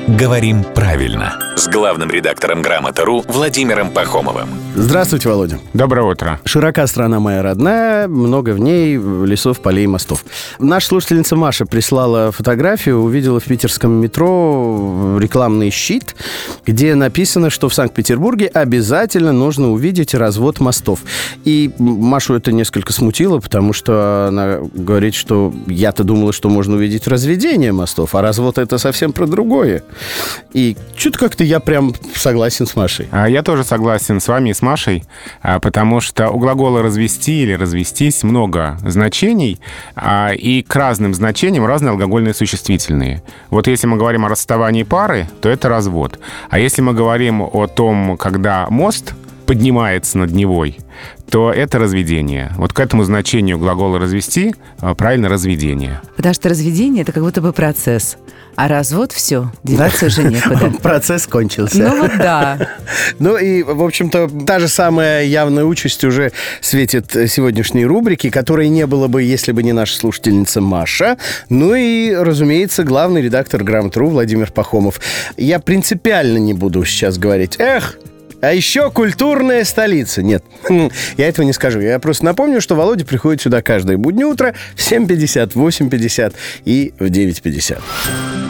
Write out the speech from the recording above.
«Говорим правильно» с главным редактором «Грамота.ру» Владимиром Пахомовым. Здравствуйте, Володя. Доброе утро. Широка страна моя родная, много в ней лесов, полей и мостов. Наша слушательница Маша прислала фотографию, увидела в питерском метро рекламный щит, где написано, что в Санкт-Петербурге обязательно нужно увидеть развод мостов. И Машу это несколько смутило, потому что она говорит, что я-то думала, что можно увидеть разведение мостов, а развод — это совсем про другое. И что-то как-то я прям согласен с Машей. Я тоже согласен с вами и с Машей, потому что у глагола «развести» или «развестись» много значений, и к разным значениям разные алгогольные существительные. Вот если мы говорим о расставании пары, то это развод. А если мы говорим о том, когда мост поднимается над Невой, то это разведение. Вот к этому значению глагола «развести» правильно разведение. Потому что разведение — это как будто бы процесс. А развод — все, деваться уже некуда. Процесс кончился. Ну вот да. Ну и, в общем-то, та же самая явная участь уже светит сегодняшней рубрике, которой не было бы, если бы не наша слушательница Маша. Ну и, разумеется, главный редактор «Грамота.ру» Владимир Пахомов. Я принципиально не буду сейчас говорить а еще культурная столица. Нет, я этого не скажу. Я просто напомню, что Володя приходит сюда каждое буднее утро в 7:50, в 8:50 и в 9:50.